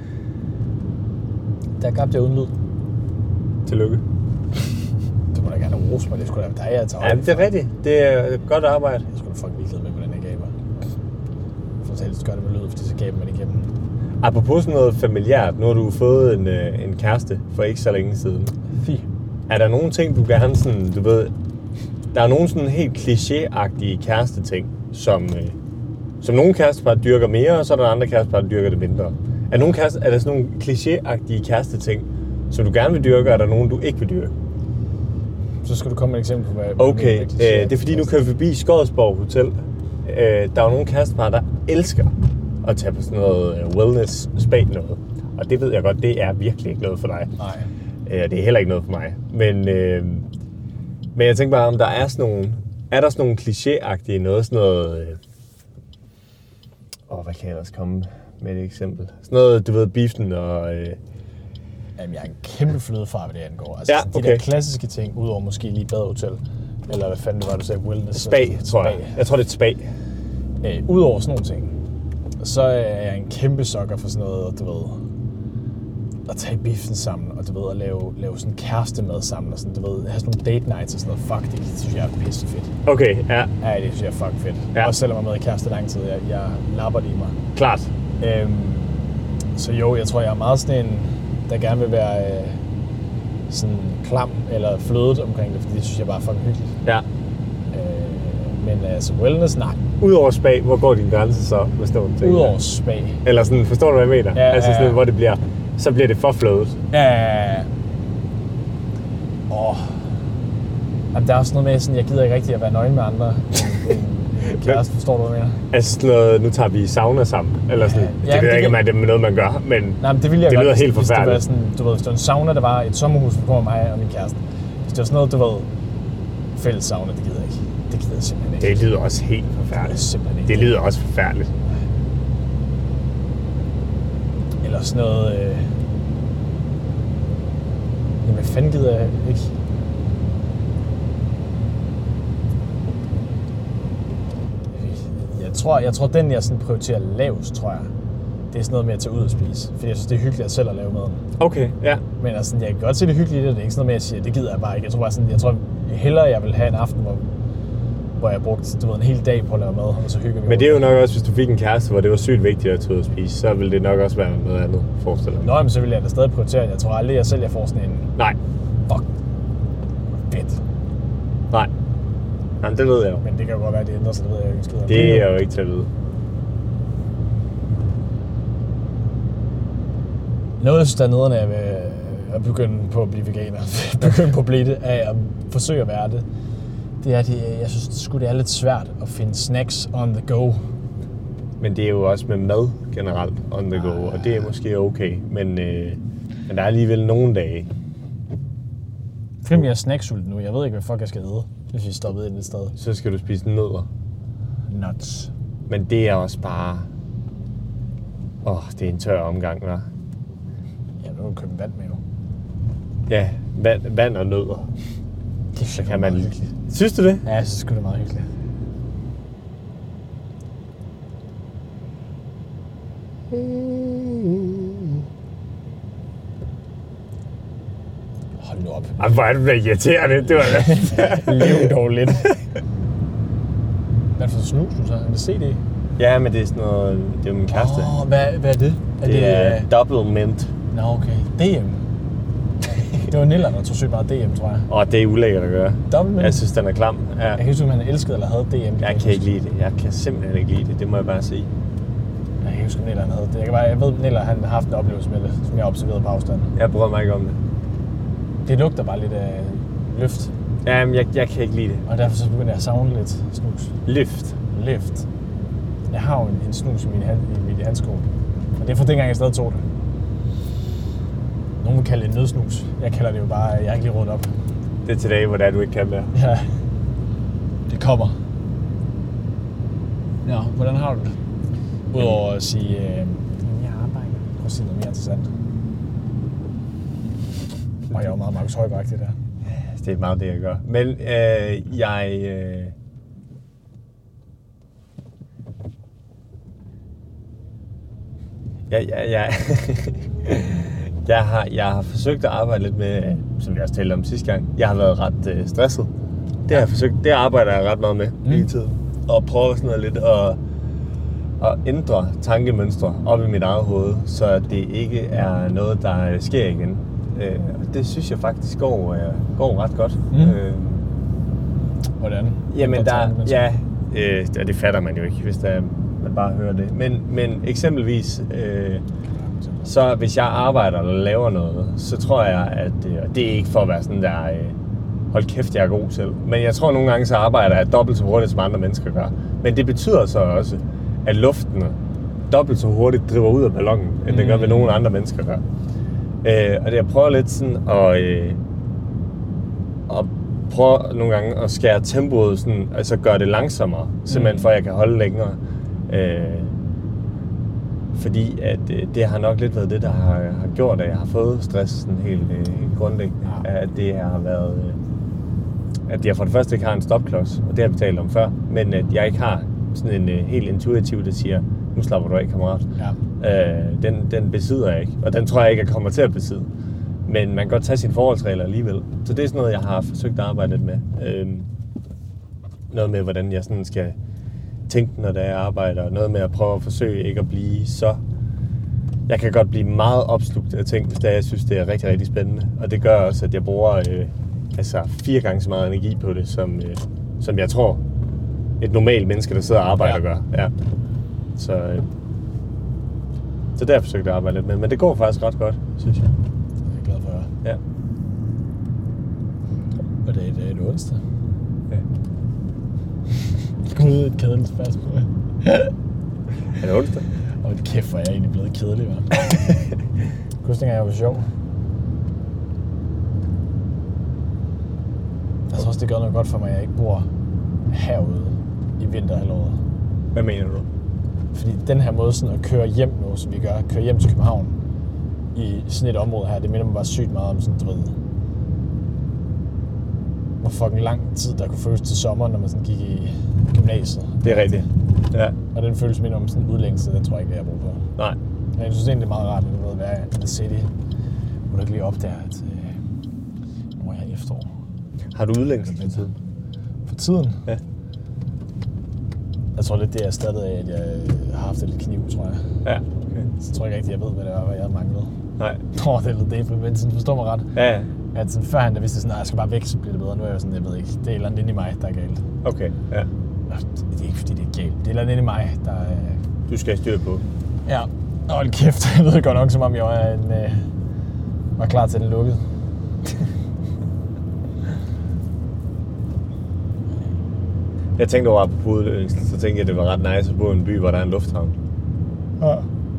Der gabte jeg uden lyd. Tillykke. Du må da gerne rose mig. Det skulle da være dig, jeg tager. Ja, det er rigtigt. Det er godt arbejde. Jeg skulle da fucking ligeglad med, hvordan jeg gaber. For at helst gør det med lyd, fordi så gaber man igennem. Apropos sådan noget familiært. Nu har du fået en, en kæreste for ikke så længe siden. Fy. Er der nogle ting, du gerne sådan, du ved... Der er nogle sådan helt kliché-agtige kæresteting, som, øh, som nogle kærestepar dyrker mere, og så er der andre kærestepar, der dyrker det mindre. Er, nogle kæreste, er der sådan nogle kliché-agtige kæresteting, som du gerne vil dyrke, og er der nogen, du ikke vil dyrke? Så skal du komme med et eksempel på, hvad... Okay, øh, det er fordi, nu kører vi forbi Skodsborg Hotel. Øh, der er jo nogle kærestepar, der elsker at tage på sådan noget wellness spa noget. Og det ved jeg godt, det er virkelig ikke noget for dig. Nej. Øh, det er heller ikke noget for mig. Men... Øh, Men jeg tænker bare, om der er sådan nogle, er der sådan nogle kliché-agtige noget, sådan noget, øh, åh, hvad kan jeg ellers komme med et eksempel? Sådan noget, du ved, beefen og... Øh... Jamen, jeg er en kæmpe flødefar, hvad det angår. Altså, ja, okay. De der klassiske ting, udover måske lige badehotel, eller hvad fanden det var, du sagde, wellness? Spa, tror jeg. Jeg tror, det er et spa. Øh, udover sådan nogle ting, så er jeg en kæmpe sokker for sådan noget, du ved, at tage biffen sammen, og du ved, at lave, lave sådan kærestemad sammen, og sådan, du ved, have sådan nogle date nights og sådan noget. Fuck, det synes jeg er pisse fedt. Okay, ja. Ja, det synes jeg er fuck fedt. Ja. Også selvom jeg er med i kæreste lang tid, jeg, jeg lapper det i mig. Klart. Øhm, så jo, jeg tror, jeg er meget sådan en, der gerne vil være øh, sådan klam eller flødet omkring det, fordi det synes jeg bare er fucking hyggeligt. Ja. Øh, men altså, wellness, nej. Udover spa, hvor går din grænse så, hvis du tænker? Udover spa. Eller sådan, forstår du, hvad jeg mener? Ja, altså sådan, ja. hvor det bliver... Så bliver det for flødet. Ja. Åh. Jamen, der er også noget med, sådan, jeg gider ikke rigtig at være nøgen med andre end, end kæreste, forstår du, hvad jeg mener? Altså sådan noget, nu tager vi sauna sammen, eller sådan. Ja, det ved jeg ikke, om det er noget, man gør, men nej, men det, vil jeg det godt, lyder hvis, helt forfærdeligt. Hvis det var sådan, du ved, hvis det var en sauna, der var et sommerhus for mig og min kæreste. Hvis det var sådan noget, du ved, fælles sauna, det gider jeg ikke. Det gider jeg simpelthen ikke. Det lyder også helt forfærdeligt. Det, simpelthen ikke. Det lyder også forfærdeligt. Eller sådan noget... Øh... Jamen, hvad fanden gider jeg ikke? tror, jeg tror, den jeg sådan prioriterer lavest, tror jeg, det er sådan noget med at tage ud og spise. Fordi jeg synes, det er hyggeligt at selv at lave maden. Okay, ja. Men altså, jeg kan godt se det hyggeligt i det. Det er ikke sådan noget med at sige, det gider jeg bare ikke. Jeg tror bare sådan, jeg tror hellere, jeg vil have en aften, hvor, hvor jeg brugte du ved, en hel dag på at lave mad, og så hygger vi. Men det er jo nok også, hvis du fik en kæreste, hvor det var sygt vigtigt at tage ud og spise, så ville det nok også være noget andet, forestiller mig. Nå, men så vil jeg da stadig prioritere. Jeg tror aldrig, jeg selv jeg får sådan en... Nej. Fuck. Fedt. Nej. Jamen, det ved jeg jo. Men det kan jo godt være, at det ændrer sig, det ved jeg jo ikke skid om. Det er jo ikke til at vide. Noget, jeg synes, der er nederne af at begynde på at blive veganer, begynde på at blive det, af at forsøge at være det, det er, at jeg synes, det skulle det er lidt svært at finde snacks on the go. Men det er jo også med mad generelt on the go, ah, og det er måske okay, men, øh, men der er alligevel nogle dage. Fordi jeg er snacksult nu, jeg ved ikke, hvad fuck jeg skal æde, hvis vi stoppede ind et sted. Så skal du spise nødder. Nuts. Men det er også bare... Åh, oh, det er en tør omgang, hva'? Ja, nu kan du købe vand med jo. Ja, vand, vand og nødder. Det så kan man hyggeligt. Synes du det? Ja, jeg synes det er meget hyggeligt. Hold nu op. Ej, hvor er du da irriterende, det var da. Lev dog lidt. Hvad for snus du så? Er det C D? Ja, men det er sådan noget, det er jo min kæreste. Åh, oh, hvad, hvad er det? Er det, det er uh... double mint. Nå, okay. D M. Det var Niller, der tog sygt meget D M, tror jeg. Åh, det er ulækkert at gøre. Double mint? Jeg synes, den er klam. Ja. Jeg kan huske, om han elskede eller havde D M. Jeg kan ikke lide det. Jeg kan simpelthen ikke lide det. Det må jeg bare sige. Jeg kan huske, om Niller han havde det. Jeg, kan bare, jeg ved, at Niller han har haft en oplevelse med det, som jeg har observeret på afstand. Jeg bryder mig ikke om det. Det lugter bare lidt af løft. Jamen, jeg, jeg kan ikke lide det. Og derfor så begynder jeg at savne lidt snus. Løft. Løft. Jeg har jo en, en snus i min, hand, i min handsko. Og det er fra dengang, jeg stadig tog det. Nogen vil kalde det en nødsnus. Jeg kalder det jo bare, jeg har ikke lige rådet op. Det er til dag, hvor det er, du ikke kan det. Ja. Det kommer. Ja, hvordan har du det? Udover at sige, øh, jeg arbejder. Prøv at sige noget mere interessant. Og jeg er jo meget Markus Højgaard-agtig der. Det er meget det, jeg gør. Men øh, jeg... Øh... Jeg, jeg, jeg, jeg, har, jeg har forsøgt at arbejde lidt med, som vi også talte om sidste gang, jeg har været ret øh, stresset. Det har jeg forsøgt, det arbejder jeg ret meget med mm. hele tiden. Og prøve sådan noget lidt at, at ændre tankemønstre op i mit eget hoved, så det ikke er noget, der sker igen. Øh, det synes jeg faktisk går, øh, går ret godt. Mm. Øh, Hvordan? Jamen der, ja, øh, det fatter man jo ikke, hvis der, man bare hører det. Men, men eksempelvis, øh, så hvis jeg arbejder eller laver noget, så tror jeg, at øh, det er ikke for at være sådan der, øh, hold kæft, jeg er god selv. Men jeg tror nogle gange, så arbejder jeg dobbelt så hurtigt, som andre mennesker gør. Men det betyder så også, at luften dobbelt så hurtigt driver ud af ballonen, end mm. det gør, hvad nogle andre mennesker gør. Øh, og det jeg prøver lidt sådan at, øh, at prøve nogle gange at skære tempoet, sådan, altså gøre det langsommere, simpelthen for at jeg kan holde længere. Øh, fordi at øh, det har nok lidt været det, der har, har gjort, at jeg har fået stress sådan helt, øh, helt grundlæggende. Ja. At det har været, øh, at jeg for det første ikke har en stopklods, og det har vi talt om før, men at jeg ikke har sådan en øh, helt intuitiv, der siger, nu slapper du af, kammerat. Ja. Øh, den, den besidder jeg ikke, og den tror jeg ikke, jeg kommer til at besidde. Men man kan godt tage sine forholdsregler alligevel. Så det er sådan noget, jeg har forsøgt at arbejde lidt med. Øh, noget med, hvordan jeg sådan skal tænke, når jeg arbejder. Noget med at prøve at forsøge ikke at blive så... Jeg kan godt blive meget opslugt af ting, hvis det er, jeg synes, det er rigtig, rigtig spændende. Og det gør også, at jeg bruger øh, altså fire gange så meget energi på det, som, øh, som jeg tror, et normalt menneske, der sidder og arbejder, ja. gør. Ja. Så, øh, så der forsøgte jeg at arbejde lidt med. Men det går faktisk ret godt, synes jeg. Jeg er glad for at høre. Ja. Og det er, det er et onsdag. Ja. Kom ud et kedeligt spørgsmål. Er det onsdag? Og det kæft, hvor er jeg egentlig blevet kedelig, hva'? Husk, jeg var sjov. Jeg tror også, det gør noget godt for mig, at jeg ikke bor herude i vinterhalvåret. Hvad mener du? Fordi den her måde sådan at køre hjem nu, som vi gør, køre hjem til København i sådan et område her, det minder mig bare sygt meget om sådan, du ved, hvor fucking lang tid der kunne føles til sommer, når man sådan gik i gymnasiet. Det er rigtigt. Ja. Og den føles mindre om sådan en udlængelse, den tror jeg ikke, jeg har brug for. Nej. Men jeg synes egentlig, det er meget rart, at det ved, hvad er The City. Hvor du ikke lige opdager, at øh, nu er jeg efterår. Har du udlængelse for tiden? For tiden? Ja. Jeg tror lidt, det er erstattet af, at jeg har haft lidt kniv, tror jeg. Ja, okay. Så tror jeg ikke rigtig, jeg ved, hvad det var, hvad jeg havde manglet. Nej. Åh, det er lidt det, men sådan, forstår mig ret. Ja. At sådan, førhen, der vidste sådan, at jeg skal bare væk, så bliver det bedre. Nu er jeg sådan, jeg ved ikke, det er et eller andet inde i mig, der er galt. Okay, ja. Det er ikke, fordi det er galt. Det er et eller andet inde i mig, der er... Du skal have styr på. Ja. Hold kæft, jeg ved godt nok, som om jeg var, en, øh, var klar til den lukket. Jeg tænkte over, apropos udlængelse, så tænkte jeg, at det var ret nice at bo i en by, hvor der er en lufthavn. Ja.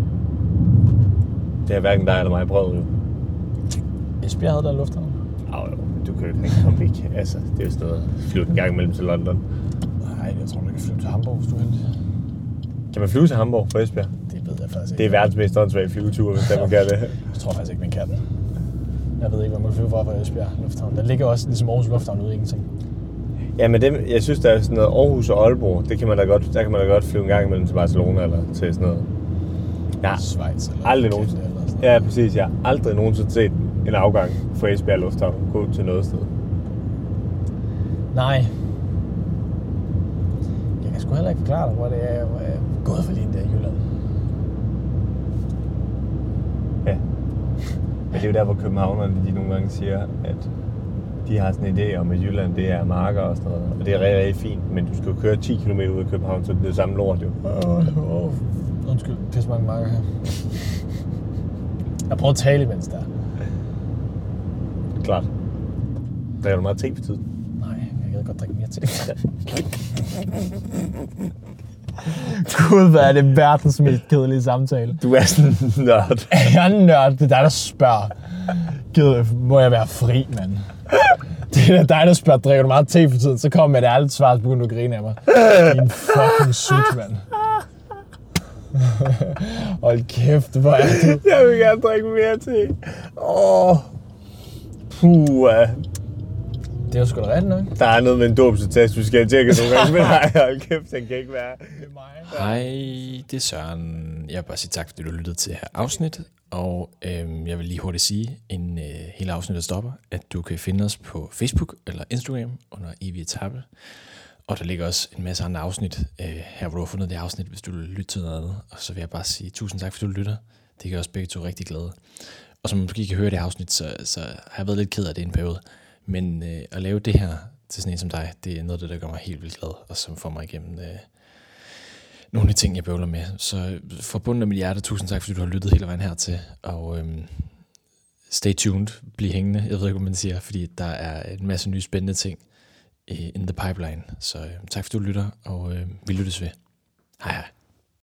Det har hverken dig eller mig prøvet, jo. Esbjerg havde der en lufthavn. Åh, jo, du kan jo ikke komme væk. Altså, det er jo sådan noget. Flyve en gang imellem til London. Nej, jeg tror, du kan flyve til Hamburg, hvis du er heldig. Kan man flyve til Hamburg fra Esbjerg? Det ved jeg faktisk ikke. Det er verdens mest åndssvage flyvetur, hvis man kan det. Jeg tror faktisk ikke, man kan det. Jeg ved ikke, hvad man kan flyve fra fra Esbjerg Lufthavn. Der ligger også ligesom Aarhus Lufthavn ude i ingenting. Ja, men det, jeg synes, der er sådan noget Aarhus og Aalborg. Det kan man da godt, der kan man da godt flyve en gang imellem til Barcelona eller til sådan noget. Ja, Schweiz eller aldrig nogensinde. Ja, præcis. Jeg har aldrig nogensinde set en afgang fra Esbjerg Lufthavn gå til noget sted. Nej. Jeg kan sgu heller ikke forklare dig, hvor det er, hvor jeg er gået for lige der i Jylland. Ja. Men det er jo der, hvor københavnerne de nogle gange siger, at de har sådan en idé om, at Jylland det er marker og sådan noget. Og det er rigtig, rigtig fint, men du skal jo køre ti kilometer ud af København, så det er det samme lort jo. Åh, oh, oh. Undskyld, pisse mange marker her. Jeg prøver at tale imens der. Klart. Drikker du meget te for tiden? Nej, jeg kan godt drikke mere te. Gud, hvad er det verdens mest kedelige samtale. Du er sådan en nørd. Jeg er en nørd, det er dig, der spørger. Gud, må jeg være fri, mand? Det er dig, der spørger, drikker du meget te for tiden? Så kommer med det ærligt svar, så begynder du at grine af mig. Din fucking syg, mand. Hold kæft, hvor er du? Jeg vil gerne drikke mere te. Åh. Puh. Det er jo sgu da rigtigt nok. Der er noget med en dåbsattest, du skal tjekke nogle gange med dig. Hold kæft, den kan ikke være. Det er mig. Hej, det er Søren. Jeg vil bare sige tak, fordi du lyttede til her afsnit. Og øhm, jeg vil lige hurtigt sige, inden øh, hele afsnittet stopper, at du kan finde os på Facebook eller Instagram under Evig Etape. Og der ligger også en masse andre afsnit øh, her, hvor du har fundet det afsnit, hvis du vil lytte til noget andet. Og så vil jeg bare sige tusind tak, fordi du lytter. Det gør os begge to rigtig glade. Og som man måske kan høre det afsnit, så, så har jeg været lidt ked af det i en periode. Men øh, at lave det her til sådan en som dig, det er noget af det, der gør mig helt vildt glad, og som får mig igennem øh, nogle af de ting, jeg bøvler med. Så fra bunden af mit hjerte, tusind tak, fordi du har lyttet hele vejen hertil. Og øh, stay tuned, bliv hængende, jeg ved ikke, hvad man siger, fordi der er en masse nye spændende ting in the pipeline. Så øh, tak fordi du lytter, og øh, vi lyttes ved. Hej hej.